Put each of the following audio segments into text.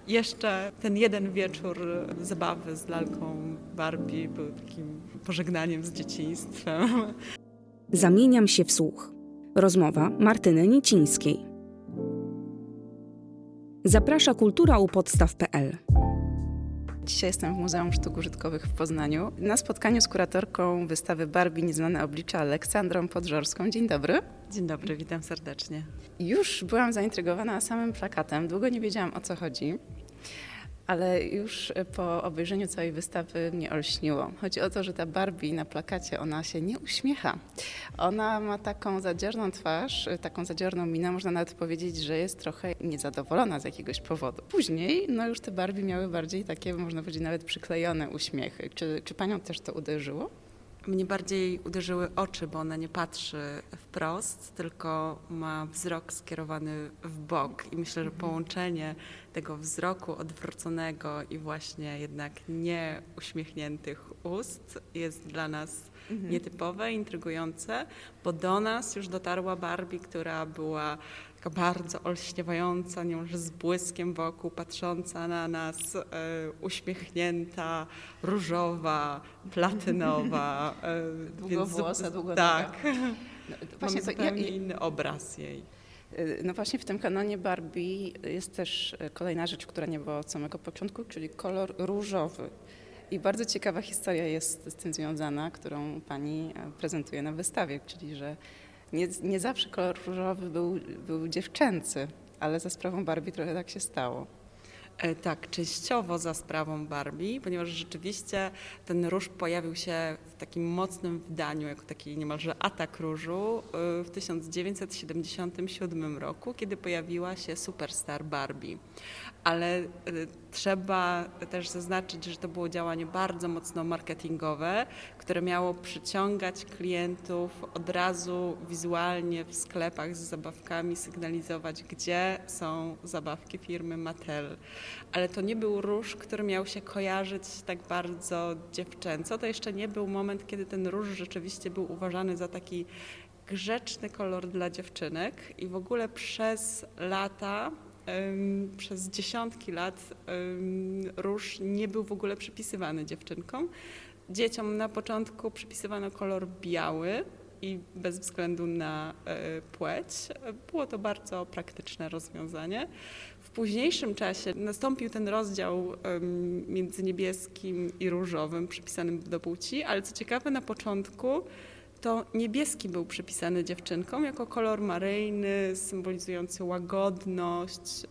jeszcze ten jeden wieczór zabawy z lalką Barbie był takim pożegnaniem z dzieciństwem. Zamieniam się w słuch. Rozmowa Martyny Nicińskiej. Zaprasza kultura-u-podstaw.pl. Dzisiaj jestem w Muzeum Sztuk Użytkowych w Poznaniu na spotkaniu z kuratorką wystawy Barbie Nieznane oblicze Aleksandrą Podżorską. Dzień dobry. Dzień dobry, witam serdecznie. Już byłam zaintrygowana samym plakatem. Długo nie wiedziałam, o co chodzi, ale już po obejrzeniu całej wystawy mnie olśniło. Chodzi o to, że ta Barbie na plakacie, ona się nie uśmiecha. Ona ma taką zadziorną twarz, taką zadziorną minę, można nawet powiedzieć, że jest trochę niezadowolona z jakiegoś powodu. Później już te Barbie miały bardziej takie, można powiedzieć, nawet przyklejone uśmiechy. Czy panią też to uderzyło? Mnie bardziej uderzyły oczy, bo ona nie patrzy wprost, tylko ma wzrok skierowany w bok. I myślę, że połączenie tego wzroku odwróconego i właśnie jednak nie uśmiechniętych ust jest dla nas nietypowe, intrygujące, bo do nas już dotarła Barbie, która była taka bardzo olśniewająca, niemalże z błyskiem wokół, patrząca na nas, uśmiechnięta, różowa, platynowa. Długowłosa, długonoga. Tak. Właśnie mamy zupełnie inny obraz jej. No właśnie w tym kanonie Barbie jest też kolejna rzecz, która nie była od samego początku, czyli kolor różowy. I bardzo ciekawa historia jest z tym związana, którą pani prezentuje na wystawie, czyli że nie zawsze kolor różowy był dziewczęcy, ale za sprawą Barbie trochę tak się stało. Tak, częściowo za sprawą Barbie, ponieważ rzeczywiście ten róż pojawił się w takim mocnym wydaniu, jako taki niemalże atak różu w 1977 roku, kiedy pojawiła się Superstar Barbie. Ale trzeba też zaznaczyć, że to było działanie bardzo mocno marketingowe, które miało przyciągać klientów od razu wizualnie w sklepach z zabawkami, sygnalizować, gdzie są zabawki firmy Mattel. Ale to nie był róż, który miał się kojarzyć tak bardzo dziewczęco. To jeszcze nie był moment, kiedy ten róż rzeczywiście był uważany za taki grzeczny kolor dla dziewczynek i w ogóle przez lata, przez dziesiątki lat róż nie był w ogóle przypisywany dziewczynkom. Dzieciom na początku przypisywano kolor biały i bez względu na płeć. Było to bardzo praktyczne rozwiązanie. W późniejszym czasie nastąpił ten rozdział między niebieskim i różowym przypisanym do płci, ale co ciekawe na początku to niebieski był przypisany dziewczynkom jako kolor maryjny, symbolizujący łagodność,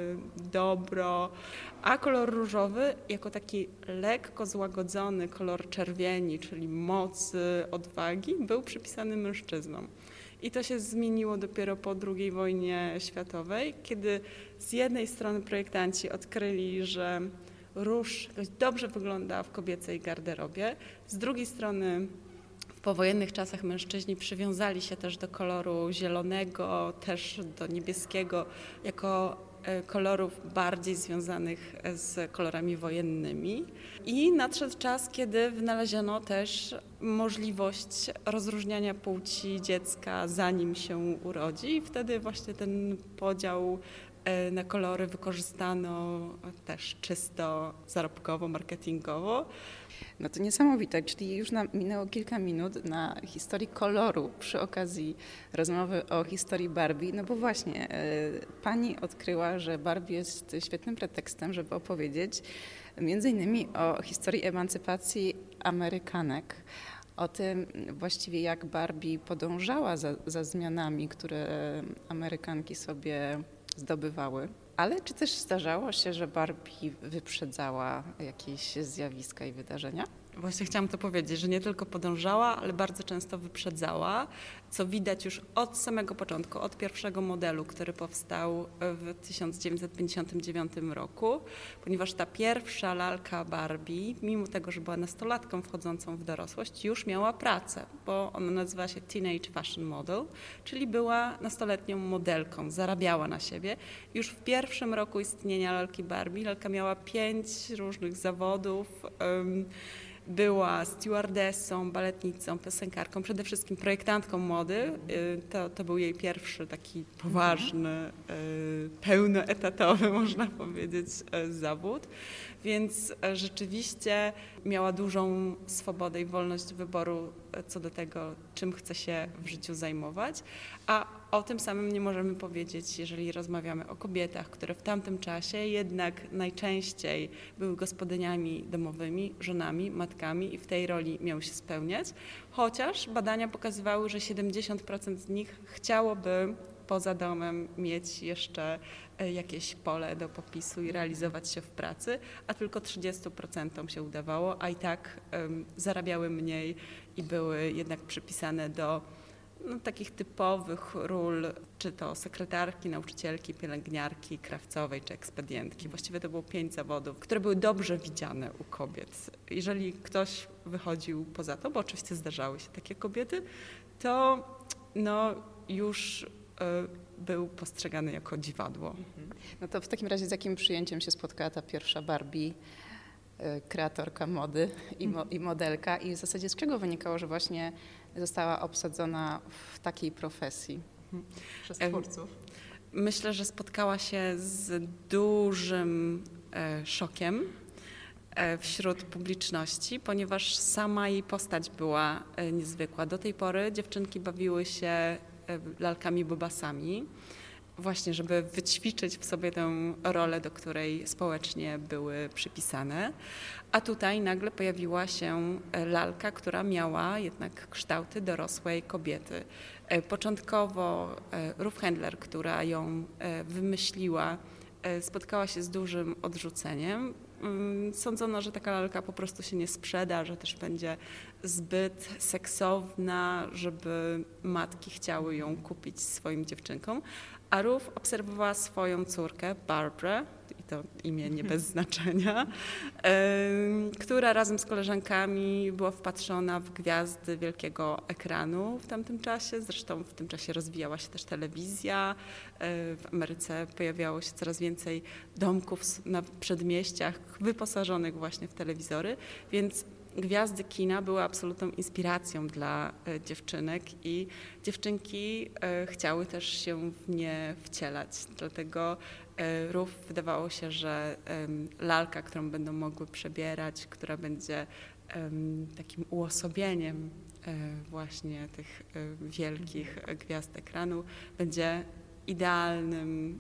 dobro, a kolor różowy jako taki lekko złagodzony kolor czerwieni, czyli mocy, odwagi, był przypisany mężczyznom. I to się zmieniło dopiero po II wojnie światowej, kiedy z jednej strony projektanci odkryli, że róż dobrze wygląda w kobiecej garderobie, z drugiej strony w powojennych czasach mężczyźni przywiązali się też do koloru zielonego, też do niebieskiego, jako kolorów bardziej związanych z kolorami wojennymi. I nadszedł czas, kiedy wynaleziono też możliwość rozróżniania płci dziecka, zanim się urodzi. I wtedy właśnie ten podział na kolory wykorzystano też czysto zarobkowo, marketingowo. No to niesamowite, czyli już minęło kilka minut na historii koloru przy okazji rozmowy o historii Barbie, no bo właśnie pani odkryła, że Barbie jest świetnym pretekstem, żeby opowiedzieć między innymi o historii emancypacji Amerykanek, o tym właściwie jak Barbie podążała za zmianami, które Amerykanki sobie zdobywały. Ale czy też zdarzało się, że Barbie wyprzedzała jakieś zjawiska i wydarzenia? Właśnie chciałam to powiedzieć, że nie tylko podążała, ale bardzo często wyprzedzała, co widać już od samego początku, od pierwszego modelu, który powstał w 1959 roku, ponieważ ta pierwsza lalka Barbie, mimo tego, że była nastolatką wchodzącą w dorosłość, już miała pracę, bo ona nazywa się Teenage Fashion Model, czyli była nastoletnią modelką, zarabiała na siebie. Już w pierwszym roku istnienia lalki Barbie lalka miała 5 różnych zawodów, była stewardessą, baletnicą, piosenkarką, przede wszystkim projektantką mody. To był jej pierwszy taki poważny, pełnoetatowy, można powiedzieć, zawód. Więc rzeczywiście miała dużą swobodę i wolność wyboru co do tego, czym chce się w życiu zajmować, a o tym samym nie możemy powiedzieć, jeżeli rozmawiamy o kobietach, które w tamtym czasie jednak najczęściej były gospodyniami domowymi, żonami, matkami i w tej roli miały się spełniać, chociaż badania pokazywały, że 70% z nich chciałoby poza domem mieć jeszcze jakieś pole do popisu i realizować się w pracy, a tylko 30% się udawało, a i tak zarabiały mniej i były jednak przypisane do takich typowych ról, czy to sekretarki, nauczycielki, pielęgniarki, krawcowej czy ekspedientki. Właściwie to było 5 zawodów, które były dobrze widziane u kobiet. Jeżeli ktoś wychodził poza to, bo oczywiście zdarzały się takie kobiety, to już był postrzegany jako dziwadło. No to w takim razie z jakim przyjęciem się spotkała ta pierwsza Barbie, kreatorka mody i modelka i w zasadzie z czego wynikało, że właśnie została obsadzona w takiej profesji przez twórców? Myślę, że spotkała się z dużym szokiem wśród publiczności, ponieważ sama jej postać była niezwykła. Do tej pory dziewczynki bawiły się lalkami bobasami, właśnie żeby wyćwiczyć w sobie tę rolę, do której społecznie były przypisane. A tutaj nagle pojawiła się lalka, która miała jednak kształty dorosłej kobiety. Początkowo Ruth Handler, która ją wymyśliła, spotkała się z dużym odrzuceniem. Sądzono, że taka lalka po prostu się nie sprzeda, że też będzie zbyt seksowna, żeby matki chciały ją kupić swoim dziewczynkom. A Ruth obserwowała swoją córkę, Barbara, i to imię nie bez znaczenia, która razem z koleżankami była wpatrzona w gwiazdy wielkiego ekranu w tamtym czasie. Zresztą w tym czasie rozwijała się też telewizja. W Ameryce pojawiało się coraz więcej domków na przedmieściach wyposażonych właśnie w telewizory, więc gwiazdy kina były absolutną inspiracją dla dziewczynek i dziewczynki chciały też się w nie wcielać. Dlatego Ruth wydawało się, że lalka, którą będą mogły przebierać, która będzie takim uosobieniem właśnie tych wielkich gwiazd ekranu, będzie idealnym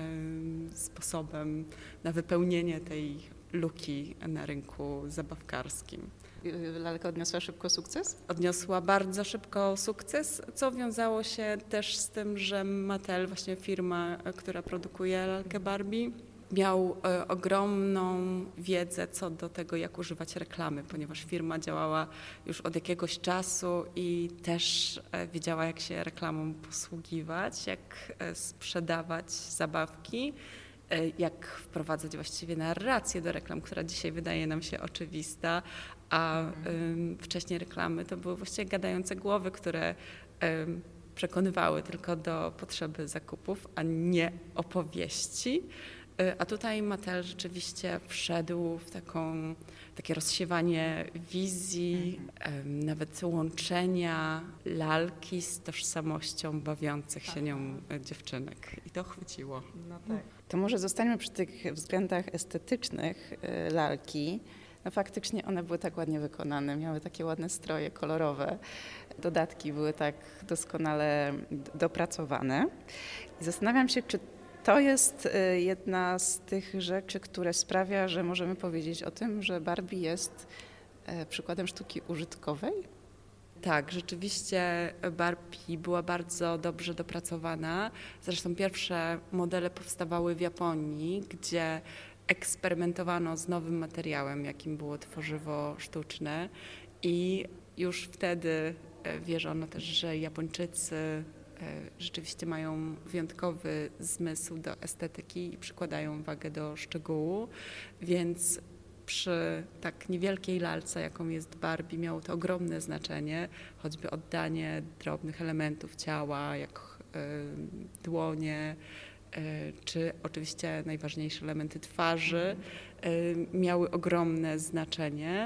sposobem na wypełnienie tej luki na rynku zabawkarskim. Lalka odniosła szybko sukces? Odniosła bardzo szybko sukces, co wiązało się też z tym, że Mattel, właśnie firma, która produkuje lalkę Barbie, miał ogromną wiedzę co do tego, jak używać reklamy, ponieważ firma działała już od jakiegoś czasu i też wiedziała, jak się reklamą posługiwać, jak sprzedawać zabawki, jak wprowadzać właściwie narrację do reklam, która dzisiaj wydaje nam się oczywista, a wcześniej reklamy to były właściwie gadające głowy, które przekonywały tylko do potrzeby zakupów, a nie opowieści. A tutaj Mattel rzeczywiście wszedł w takie rozsiewanie wizji, nawet łączenia lalki z tożsamością bawiących się nią dziewczynek. I to chwyciło. No tak. To może zostańmy przy tych względach estetycznych lalki. No faktycznie one były tak ładnie wykonane, miały takie ładne stroje kolorowe. Dodatki były tak doskonale dopracowane. I zastanawiam się, czy to jest jedna z tych rzeczy, które sprawia, że możemy powiedzieć o tym, że Barbie jest przykładem sztuki użytkowej? Tak, rzeczywiście Barbie była bardzo dobrze dopracowana. Zresztą pierwsze modele powstawały w Japonii, gdzie eksperymentowano z nowym materiałem, jakim było tworzywo sztuczne i już wtedy wierzono też, że Japończycy rzeczywiście mają wyjątkowy zmysł do estetyki i przykładają wagę do szczegółu, więc przy tak niewielkiej lalce, jaką jest Barbie, miało to ogromne znaczenie, choćby oddanie drobnych elementów ciała, jak dłonie, czy oczywiście najważniejsze elementy twarzy, miały ogromne znaczenie.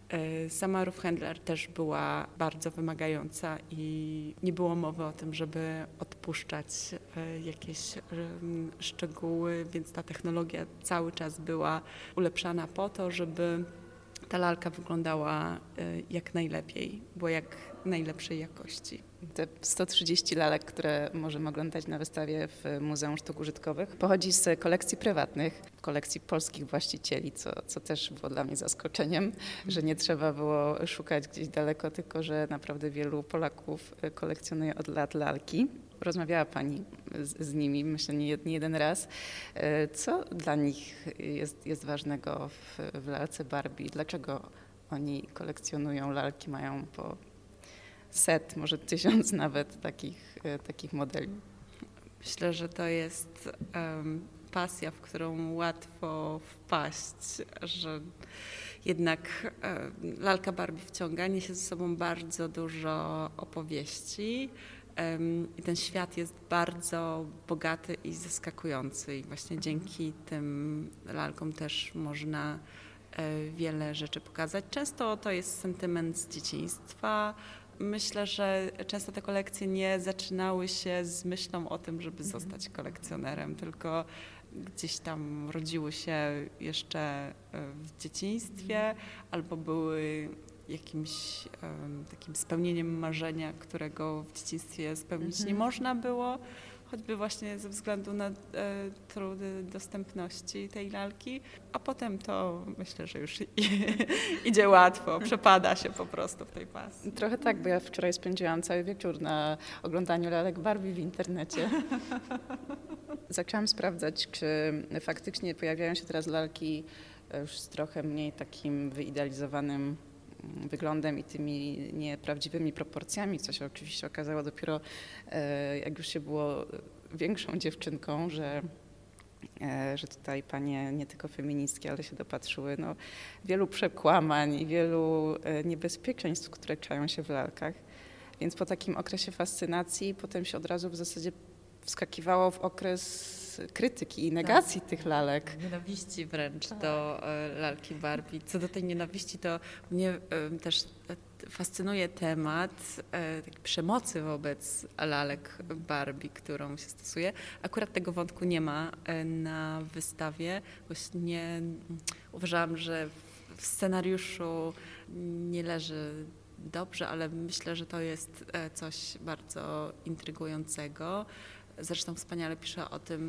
Sama Ruth Handler też była bardzo wymagająca i nie było mowy o tym, żeby odpuszczać jakieś szczegóły, więc ta technologia cały czas była ulepszana po to, żeby ta lalka wyglądała jak najlepiej, była jak najlepszej jakości. Te 130 lalek, które możemy oglądać na wystawie w Muzeum Sztuk Użytkowych, pochodzi z kolekcji prywatnych, kolekcji polskich właścicieli, co też było dla mnie zaskoczeniem, że nie trzeba było szukać gdzieś daleko, tylko że naprawdę wielu Polaków kolekcjonuje od lat lalki. Rozmawiała Pani z nimi, myślę, nie jeden raz. Co dla nich jest ważnego w lalce Barbie? Dlaczego oni kolekcjonują lalki, mają po 100, może 1000 nawet takich modeli? Myślę, że to jest pasja, w którą łatwo wpaść, że jednak lalka Barbie wciąga, niesie ze sobą bardzo dużo opowieści i ten świat jest bardzo bogaty i zaskakujący i właśnie dzięki tym lalkom też można wiele rzeczy pokazać. Często to jest sentyment z dzieciństwa. Myślę, że często te kolekcje nie zaczynały się z myślą o tym, żeby zostać kolekcjonerem, tylko gdzieś tam rodziły się jeszcze w dzieciństwie albo były jakimś takim spełnieniem marzenia, którego w dzieciństwie spełnić nie można było, choćby właśnie ze względu na trudy dostępności tej lalki, a potem to myślę, że już idzie łatwo, przepada się po prostu w tej pasji. Trochę tak, bo ja wczoraj spędziłam cały wieczór na oglądaniu lalek Barbie w internecie. Zaczęłam sprawdzać, czy faktycznie pojawiają się teraz lalki już z trochę mniej takim wyidealizowanym wyglądem i tymi nieprawdziwymi proporcjami, co się oczywiście okazało dopiero jak już się było większą dziewczynką, że tutaj panie nie tylko feministki, ale się dopatrzyły wielu przekłamań i wielu niebezpieczeństw, które czają się w lalkach. Więc po takim okresie fascynacji potem się od razu w zasadzie wskakiwało w okres krytyki i negacji tych lalek. Nienawiści wręcz do lalki Barbie. Co do tej nienawiści, to mnie też fascynuje temat takiej przemocy wobec lalek Barbie, którą się stosuje. Akurat tego wątku nie ma na wystawie. Właśnie uważałam, że w scenariuszu nie leży dobrze, ale myślę, że to jest coś bardzo intrygującego. Zresztą wspaniale pisze o tym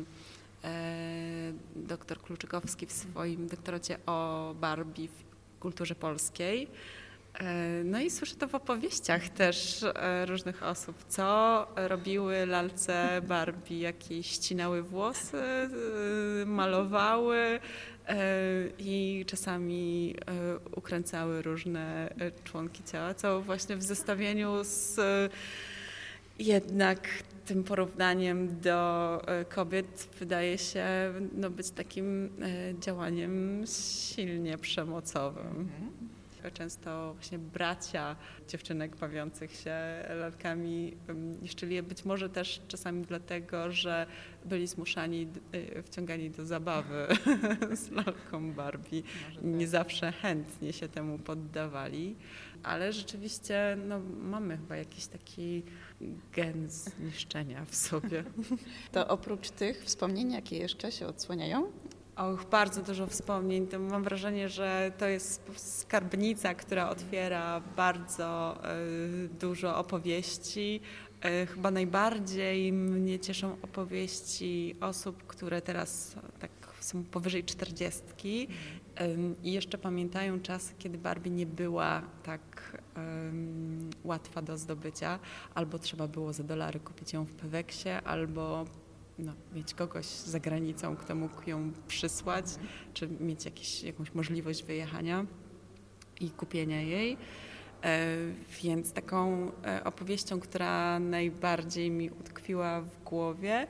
dr Kluczykowski w swoim doktoracie o Barbie w kulturze polskiej. No i słyszę to w opowieściach też różnych osób, co robiły lalce Barbie, jakie ścinały włosy, malowały i czasami ukręcały różne członki ciała, co właśnie w zestawieniu z jednak tym porównaniem do kobiet wydaje się być takim działaniem silnie przemocowym. Często właśnie bracia dziewczynek bawiących się lalkami niszczyli je być może też czasami dlatego, że byli zmuszani, wciągani do zabawy z lalką Barbie. Nie zawsze chętnie się temu poddawali, ale rzeczywiście mamy chyba jakiś taki gen zniszczenia w sobie. To oprócz tych wspomnień, jakie jeszcze się odsłaniają? Bardzo dużo wspomnień. To mam wrażenie, że to jest skarbnica, która otwiera bardzo dużo opowieści. Chyba najbardziej mnie cieszą opowieści osób, które teraz tak są powyżej 40 i jeszcze pamiętają czasy, kiedy Barbie nie była tak łatwa do zdobycia. Albo trzeba było za $1 kupić ją w Peweksie, albo mieć kogoś za granicą, kto mógł ją przysłać, czy mieć jakąś możliwość wyjechania i kupienia jej. Więc taką opowieścią, która najbardziej mi utkwiła w głowie,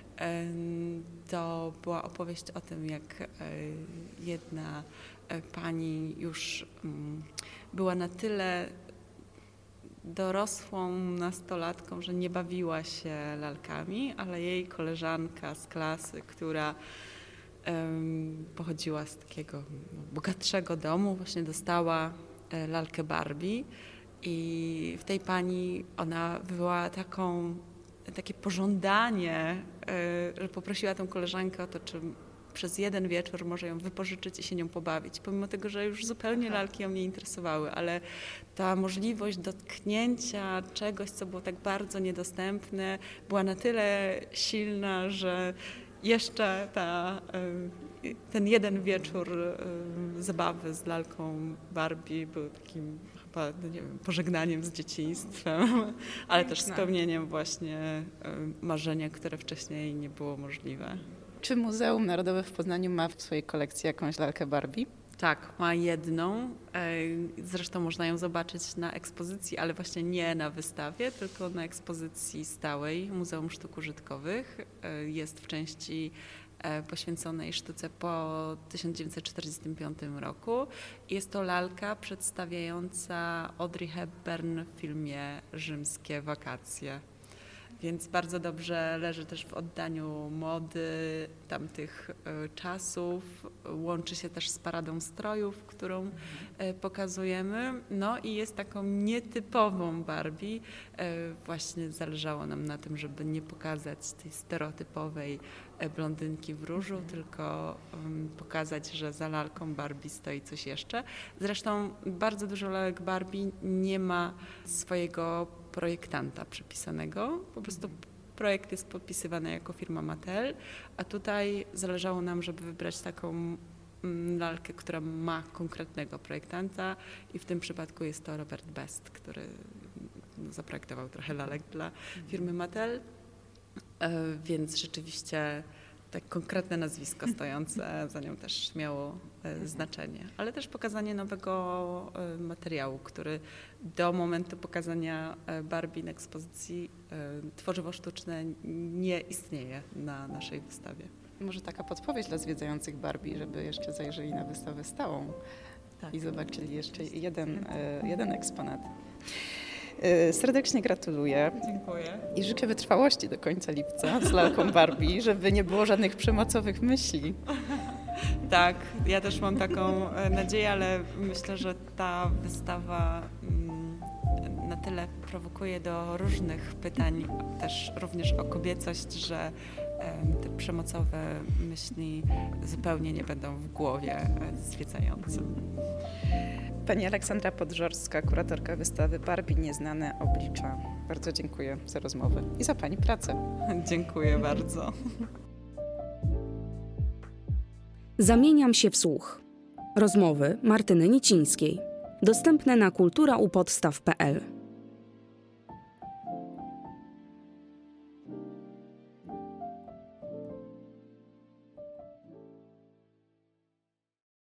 to była opowieść o tym, jak jedna pani już była na tyle dorosłą nastolatką, że nie bawiła się lalkami, ale jej koleżanka z klasy, która pochodziła z takiego bogatszego domu, właśnie dostała lalkę Barbie i w tej pani ona wywołała takie pożądanie, że poprosiła tą koleżankę o to, czy przez jeden wieczór może ją wypożyczyć i się nią pobawić, pomimo tego, że już zupełnie lalki ją nie interesowały, ale ta możliwość dotknięcia czegoś, co było tak bardzo niedostępne, była na tyle silna, że jeszcze ten jeden wieczór zabawy z lalką Barbie był takim chyba, nie wiem, pożegnaniem z dzieciństwem, ale też spełnieniem właśnie marzenia, które wcześniej nie było możliwe. Czy Muzeum Narodowe w Poznaniu ma w swojej kolekcji jakąś lalkę Barbie? Tak, ma jedną. Zresztą można ją zobaczyć na ekspozycji, ale właśnie nie na wystawie, tylko na ekspozycji stałej Muzeum Sztuk Użytkowych. Jest w części poświęconej sztuce po 1945 roku. Jest to lalka przedstawiająca Audrey Hepburn w filmie Rzymskie wakacje. Więc bardzo dobrze leży też w oddaniu mody tamtych czasów. Łączy się też z paradą strojów, którą pokazujemy. No i jest taką nietypową Barbie. Właśnie zależało nam na tym, żeby nie pokazać tej stereotypowej blondynki w różu, tylko pokazać, że za lalką Barbie stoi coś jeszcze. Zresztą bardzo dużo lalek Barbie nie ma swojego projektanta przypisanego. Po prostu projekt jest podpisywany jako firma Mattel, a tutaj zależało nam, żeby wybrać taką lalkę, która ma konkretnego projektanta i w tym przypadku jest to Robert Best, który zaprojektował trochę lalek dla firmy Mattel, więc rzeczywiście tak konkretne nazwisko stojące za nią też miało znaczenie, ale też pokazanie nowego materiału, który do momentu pokazania Barbie na ekspozycji tworzywo sztuczne nie istnieje na naszej wystawie. Może taka podpowiedź dla zwiedzających Barbie, żeby jeszcze zajrzeli na wystawę stałą i zobaczyli jeszcze jeden eksponat. Serdecznie gratuluję. Dziękuję. I życzę wytrwałości do końca lipca z lalką Barbie, żeby nie było żadnych przemocowych myśli. Tak, ja też mam taką nadzieję, ale myślę, że ta wystawa na tyle prowokuje do różnych pytań, też również o kobiecość, że te przemocowe myśli zupełnie nie będą w głowie zwiedzającym. Pani Aleksandra Podżorska, kuratorka wystawy Barbie Nieznane oblicza. Bardzo dziękuję za rozmowę i za Pani pracę. Dziękuję bardzo. Zamieniam się w słuch. Rozmowy Martyny Nicińskiej. Dostępne na kulturaupodstaw.pl